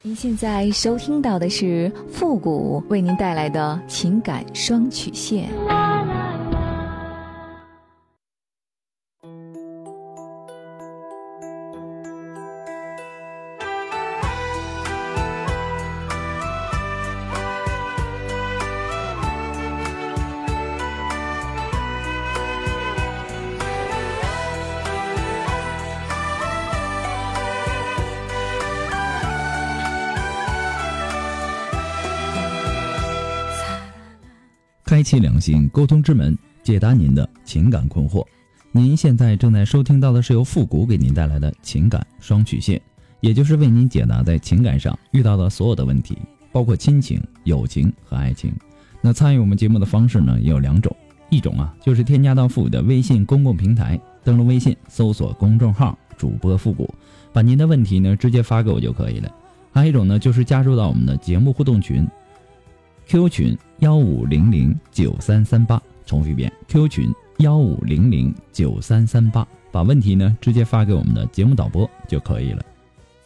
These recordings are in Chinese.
您现在收听到的是复古为您带来的情感双曲线。 开启两性沟通之门，解答您的情感困惑。您现在正在收听到的是由复古给您带来的情感双曲线，也就是为您解答在情感上遇到的所有的问题，包括亲情、友情和爱情。那参与我们节目的方式呢，也有两种，一种就是添加到复古的微信公共平台，登录微信搜索公众号主播复古，把您的问题呢直接发给我就可以了。还有一种呢，就是加入到我们的节目互动群，QQ 群15009338，重复一遍 QQ 群15009338，把问题呢直接发给我们的节目导播就可以了。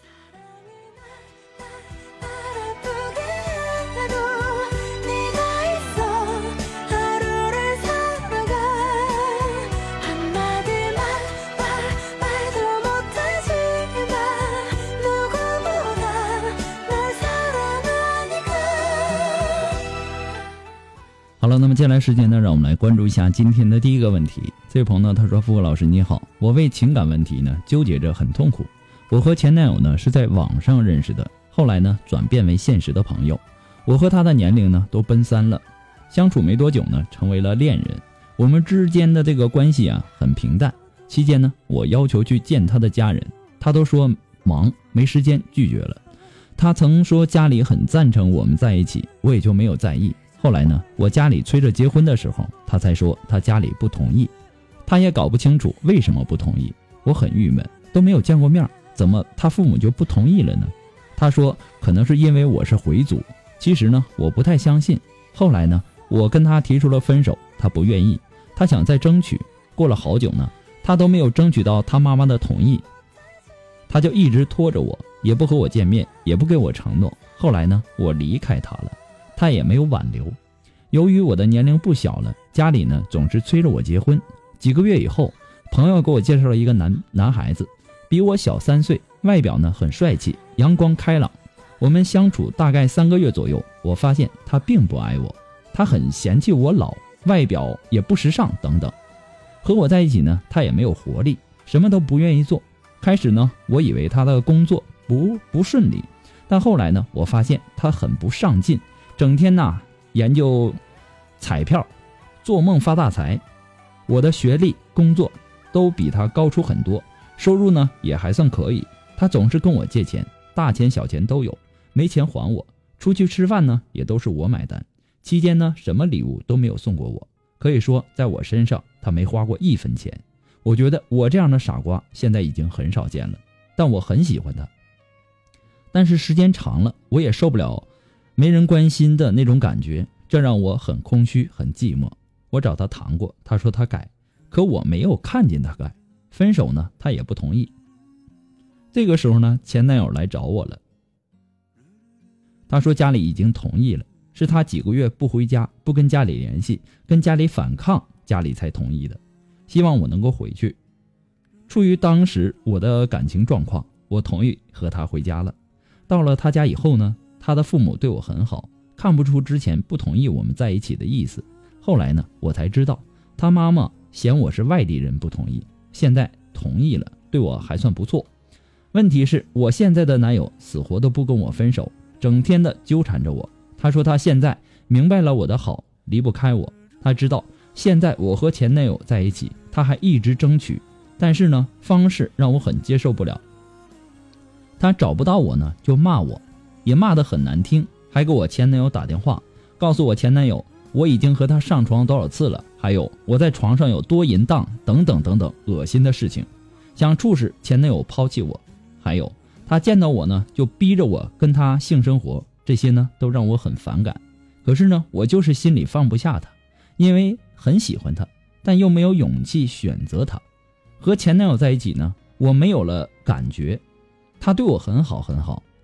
好了，那么接下来时间呢，让我们来关注一下今天的第一个问题。这位朋友呢，他说：复古老师你好，我为情感问题呢纠结着很痛苦。我和前男友呢是在网上认识的，后来呢转变为现实的朋友。我和他的年龄呢都奔三了，相处没多久呢成为了恋人。我们之间的这个关系很平淡。期间呢，我要求去见他的家人，他都说忙没时间拒绝了。他曾说家里很赞成我们在一起，我也就没有在意。后来呢，我家里催着结婚的时候，他才说他家里不同意。他也搞不清楚为什么不同意，我很郁闷，都没有见过面，怎么他父母就不同意了呢？他说可能是因为我是回族，其实呢我不太相信。后来呢，我跟他提出了分手，他不愿意，他想再争取。过了好久呢，他都没有争取到他妈妈的同意，他就一直拖着我，也不和我见面，也不给我承诺。后来呢，我离开他了，他也没有挽留。由于我的年龄不小了，家里呢总是催着我结婚。几个月以后，朋友给我介绍了一个男孩子，比我小3岁，外表呢很帅气，阳光开朗。我们相处大概3个月左右，我发现他并不爱我，他很嫌弃我老，外表也不时尚等等。和我在一起呢，他也没有活力，什么都不愿意做。开始呢，我以为他的工作不顺利，但后来呢，我发现他很不上进，整天研究彩票，做梦发大财。我的学历、工作都比他高出很多，收入呢也还算可以。他总是跟我借钱，大钱小钱都有，没钱还我。出去吃饭呢也都是我买单，期间呢什么礼物都没有送过我，可以说在我身上他没花过1分钱。我觉得我这样的傻瓜现在已经很少见了，但我很喜欢他。但是时间长了，我也受不了没人关心的那种感觉，这让我很空虚很寂寞。我找他谈过，他说他改，可我没有看见他改。分手呢，他也不同意。这个时候呢，前男友来找我了。他说家里已经同意了，是他几个月不回家，不跟家里联系，跟家里反抗，家里才同意的，希望我能够回去。出于当时我的感情状况，我同意和他回家了。到了他家以后呢，他的父母对我很好，看不出之前不同意我们在一起的意思。后来呢，我才知道他妈妈嫌我是外地人不同意，现在同意了，对我还算不错。问题是我现在的男友死活都不跟我分手，整天的纠缠着我。他说他现在明白了我的好，离不开我。他知道现在我和前男友在一起，他还一直争取，但是呢，方式让我很接受不了。他找不到我呢，就骂我，也骂得很难听，还给我前男友打电话，告诉我前男友我已经和他上床多少次了，还有我在床上有多淫荡等等等等恶心的事情，想促使前男友抛弃我。还有他见到我呢，就逼着我跟他性生活，这些呢都让我很反感。可是呢，我就是心里放不下他，因为很喜欢他，但又没有勇气选择他。和前男友在一起呢，我没有了感觉，他对我很好很好，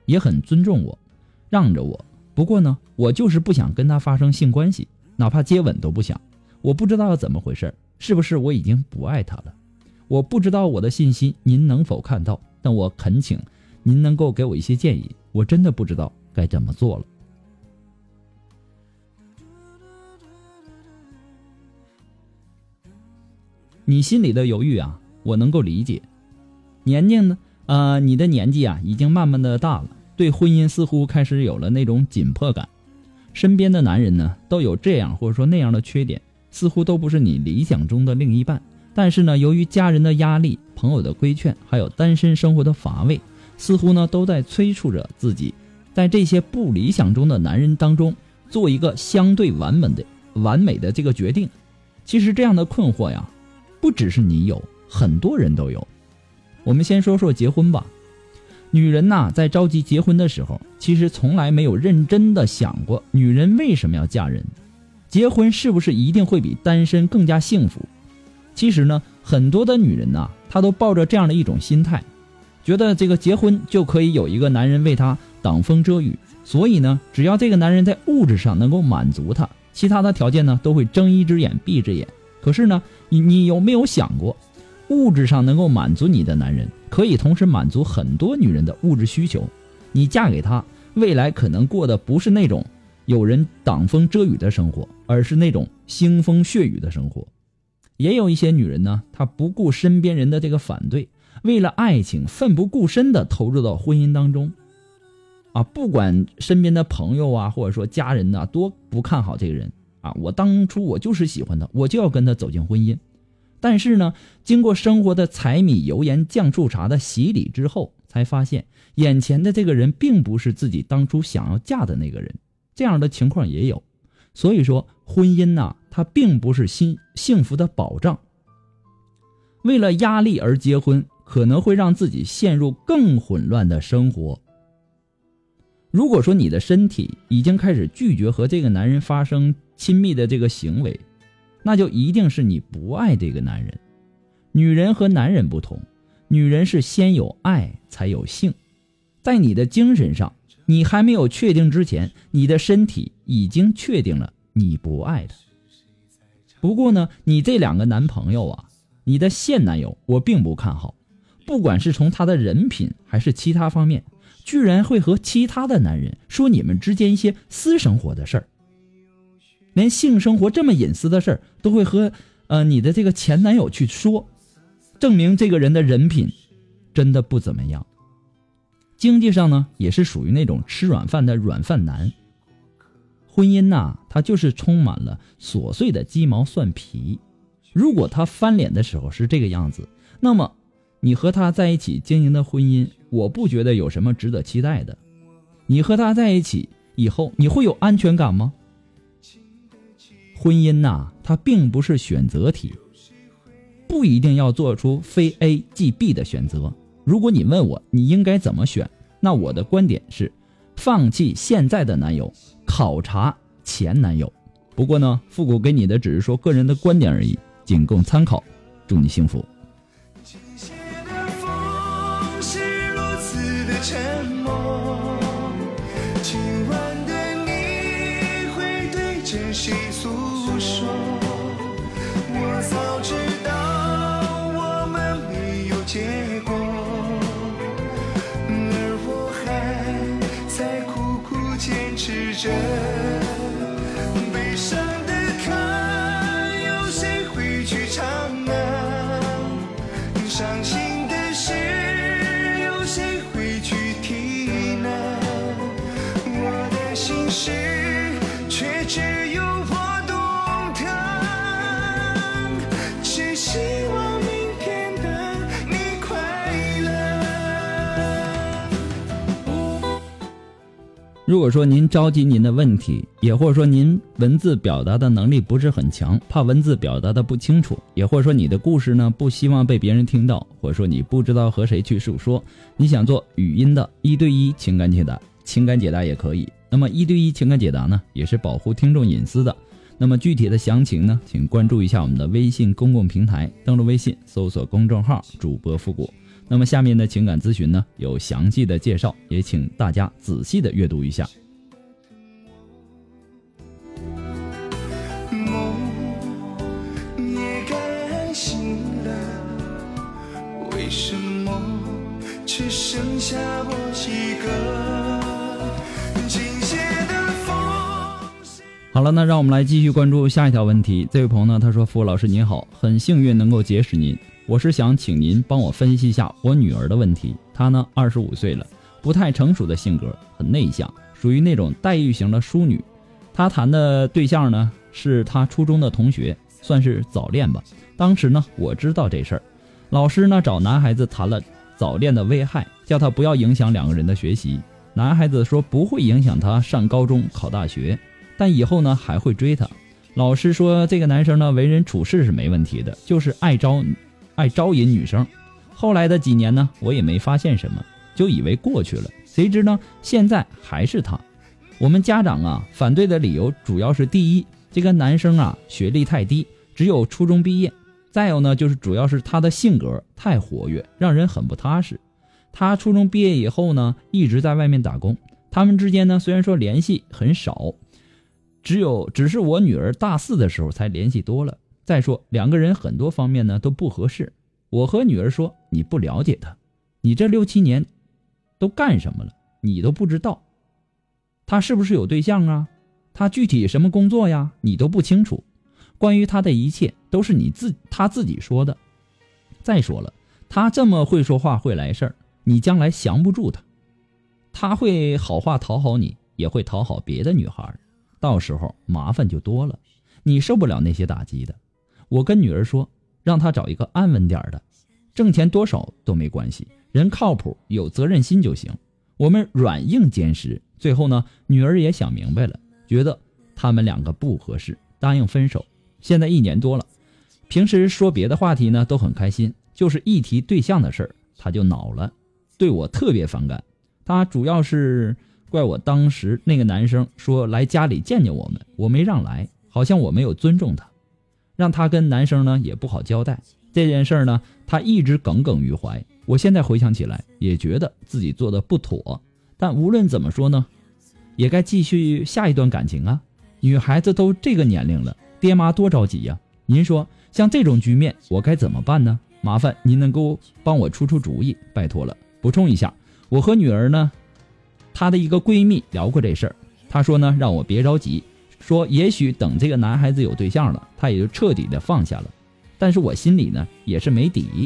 也很尊重我，让着我。不过呢，我就是不想跟他发生性关系，哪怕接吻都不想。我不知道要怎么回事，是不是我已经不爱他了？我不知道我的信息您能否看到，但我恳请您能够给我一些建议，我真的不知道该怎么做了。你心里的犹豫啊，我能够理解。年纪呢，你的年纪啊，已经慢慢的大了，对婚姻似乎开始有了那种紧迫感。身边的男人呢，都有这样或者说那样的缺点，似乎都不是你理想中的另一半。但是呢，由于家人的压力、朋友的规劝，还有单身生活的乏味，似乎呢都在催促着自己，在这些不理想中的男人当中，做一个相对完美的这个决定。其实这样的困惑呀，不只是你有，很多人都有。我们先说说结婚吧。女人呐，在着急结婚的时候，其实从来没有认真的想过，女人为什么要嫁人？结婚是不是一定会比单身更加幸福？其实呢，很多的女人呐，她都抱着这样的一种心态，觉得这个结婚就可以有一个男人为她挡风遮雨，所以呢，只要这个男人在物质上能够满足她，其他的条件呢都会睁一只眼闭一只眼。可是呢，你有没有想过，物质上能够满足你的男人，可以同时满足很多女人的物质需求。你嫁给他，未来可能过的不是那种有人挡风遮雨的生活，而是那种腥风血雨的生活。也有一些女人呢，她不顾身边人的这个反对，为了爱情奋不顾身的投入到婚姻当中。不管身边的朋友啊，或者说家人啊，多不看好这个人我当初我就是喜欢他，我就要跟他走进婚姻。但是呢，经过生活的柴米油盐酱醋茶的洗礼之后，才发现眼前的这个人并不是自己当初想要嫁的那个人。这样的情况也有。所以说婚姻呐，它并不是幸福的保障。为了压力而结婚，可能会让自己陷入更混乱的生活。如果说你的身体已经开始拒绝和这个男人发生亲密的这个行为，那就一定是你不爱这个男人。女人和男人不同，女人是先有爱才有性。在你的精神上，你还没有确定之前，你的身体已经确定了你不爱他。不过呢，你这两个男朋友你的现男友我并不看好，不管是从他的人品还是其他方面，居然会和其他的男人说你们之间一些私生活的事儿，连性生活这么隐私的事儿都会和你的这个前男友去说，证明这个人的人品真的不怎么样。经济上呢，也是属于那种吃软饭的软饭男。婚姻呐，它就是充满了琐碎的鸡毛蒜皮。如果他翻脸的时候是这个样子，那么你和他在一起经营的婚姻，我不觉得有什么值得期待的。你和他在一起以后，你会有安全感吗？婚姻呐，它并不是选择题，不一定要做出非 A 即 B 的选择。如果你问我你应该怎么选，那我的观点是放弃现在的男友，考察前男友。不过呢，复古给你的只是说个人的观点而已，仅供参考。祝你幸福。 沉默，今晚的你会对着谁诉说？我早知道我们没有结果，而我还在苦苦坚持着。悲伤的歌有谁会去唱伤心的事有谁会去提呢？我的心事却只有我懂得，只希望明天的你快乐。 如果说您着急您的问题，也或者说您文字表达的能力不是很强，怕文字表达的不清楚，也或者说你的故事呢不希望被别人听到，或者说你不知道和谁去诉说，你想做语音的1对1情感解答，情感解答也可以。那么1对1情感解答呢，也是保护听众隐私的。那么具体的详情呢，请关注一下我们的微信公共平台，登录微信搜索公众号主播复古， 那么下面的情感咨询呢有详细的介绍，也请大家仔细的阅读一下。 梦也该醒了，为什么只剩下我一个？今夜的风。 好了，那让我们来继续关注下一条问题。这位朋友呢，他说：傅老师您好，很幸运能够结识您，我是想请您帮我分析一下我女儿的问题。她呢25岁了，不太成熟的性格，很内向，属于那种黛玉型的淑女。她谈的对象呢是她初中的同学，算是早恋吧。当时呢我知道这事儿，老师呢找男孩子谈了早恋的危害，叫他不要影响两个人的学习。男孩子说不会影响他上高中考大学，但以后呢还会追他。老师说这个男生呢为人处事是没问题的，就是爱招引女生。后来的几年呢我也没发现什么，就以为过去了，谁知呢现在还是他。我们家长啊反对的理由主要是第一，这个男生啊学历太低，只有初中毕业。再有呢就是主要是他的性格太活跃，让人很不踏实。他初中毕业以后呢一直在外面打工，他们之间呢虽然说联系很少，只是我女儿大4的时候才联系多了。再说两个人很多方面呢都不合适。我和女儿说，你不了解他，你这6、7年都干什么了你都不知道，他是不是有对象啊，他具体什么工作呀你都不清楚，关于他的一切都是他自己说的。再说了，他这么会说话会来事儿，你将来降不住他。他会好话讨好你，也会讨好别的女孩，到时候麻烦就多了，你受不了那些打击的。我跟女儿说，让她找一个安稳点的，挣钱多少都没关系，人靠谱有责任心就行。我们软硬兼施。最后呢女儿也想明白了，觉得他们两个不合适，答应分手。现在1年多了，平时说别的话题呢都很开心，就是一提对象的事儿他就恼了，对我特别反感。他主要是怪我当时那个男生说来家里见见我们，我没让来，好像我没有尊重他，让他跟男生呢也不好交代。这件事呢他一直耿耿于怀，我现在回想起来也觉得自己做的不妥。但无论怎么说呢，也该继续下一段感情啊。女孩子都这个年龄了，爹妈多着急呀。您说像这种局面我该怎么办呢？麻烦您能够帮我出主意，拜托了。补充一下，我和女儿呢她的一个闺蜜聊过这事儿，她说呢让我别着急，说也许等这个男孩子有对象了，她也就彻底的放下了。但是我心里呢也是没底。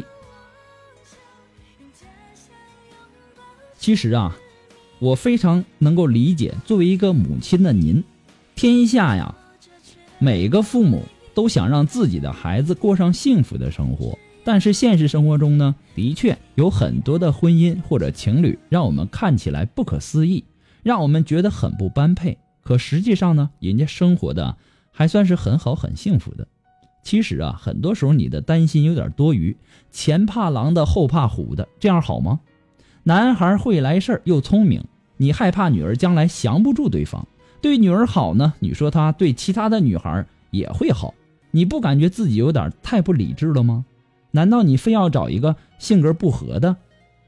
其实啊我非常能够理解作为一个母亲的您，天下呀每个父母都想让自己的孩子过上幸福的生活，但是现实生活中呢的确有很多的婚姻或者情侣让我们看起来不可思议，让我们觉得很不般配，可实际上呢人家生活的还算是很好很幸福的。其实啊很多时候你的担心有点多余，前怕狼的后怕虎的，这样好吗？男孩会来事儿又聪明，你害怕女儿将来降不住对方，对女儿好呢，你说他对其他的女孩也会好，你不感觉自己有点太不理智了吗？难道你非要找一个性格不合的，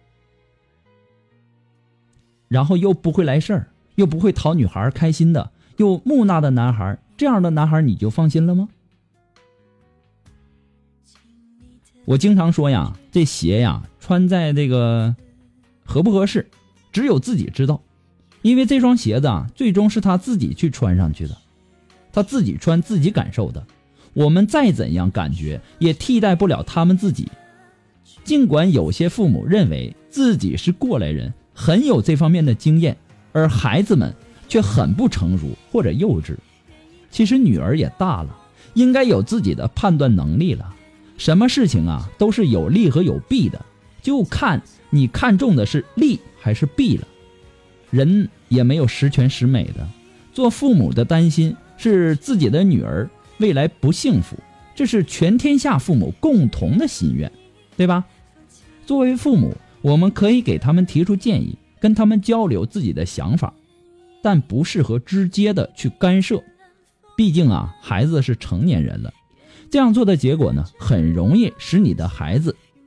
然后又不会来事儿，又不会讨女孩开心的，又木讷的男孩，这样的男孩你就放心了吗？我经常说呀，这鞋呀穿在这个合不合适只有自己知道，因为这双鞋子啊最终是他自己去穿上去的，他自己穿自己感受的，我们再怎样感觉也替代不了他们自己。尽管有些父母认为自己是过来人，很有这方面的经验，而孩子们却很不成熟或者幼稚。其实女儿也大了，应该有自己的判断能力了。什么事情啊都是有利和有弊的，就看你看重的是利还是弊了。人也没有十全十美的，做父母的担心是自己的女儿未来不幸福，这是全天下父母共同的心愿，对吧？作为父母，我们可以给他们提出建议，跟他们交流自己的想法，但不适合直接的去干涉。毕竟啊，孩子是成年人了，这样做的结果呢，很容易使你的孩子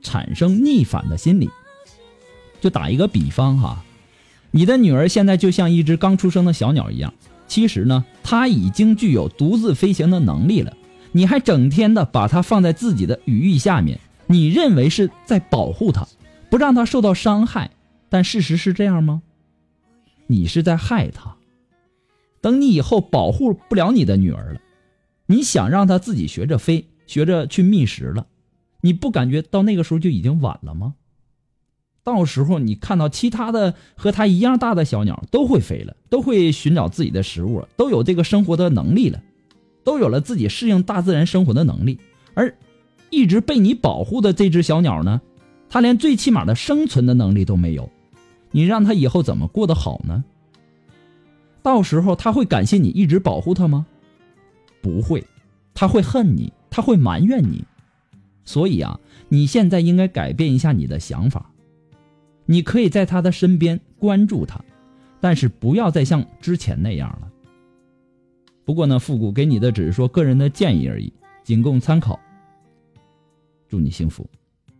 产生逆反的心理。就打一个比方哈，你的女儿现在就像一只刚出生的小鸟一样，其实呢，她已经具有独自飞行的能力了，你还整天的把她放在自己的羽翼下面，你认为是在保护她，不让她受到伤害，但事实是这样吗？你是在害她。等你以后保护不了你的女儿了，你想让她自己学着飞，学着去觅食了，你不感觉到那个时候就已经晚了吗？到时候你看到其他的和它一样大的小鸟都会飞了，都会寻找自己的食物，都有这个生活的能力了，都有了自己适应大自然生活的能力。而一直被你保护的这只小鸟呢，它连最起码的生存的能力都没有，你让它以后怎么过得好呢？到时候它会感谢你一直保护它吗？不会，它会恨你，它会埋怨你。所以啊，你现在应该改变一下你的想法。你可以在他的身边关注他，但是不要再像之前那样了。不过呢，复古给你的只是说个人的建议而已，仅供参考。祝你幸福。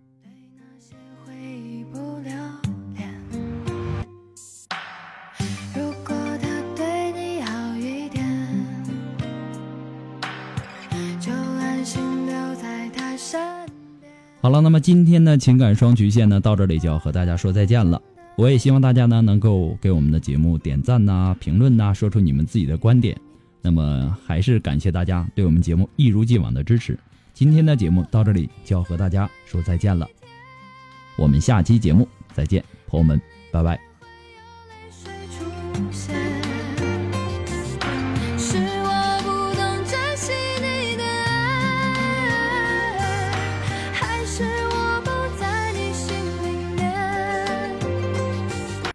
好了，那么今天的情感双曲线呢，到这里就要和大家说再见了。我也希望大家呢能够给我们的节目点赞呐、评论呐，说出你们自己的观点。那么还是感谢大家对我们节目一如既往的支持。今天的节目到这里就要和大家说再见了，我们下期节目再见，朋友们，拜拜。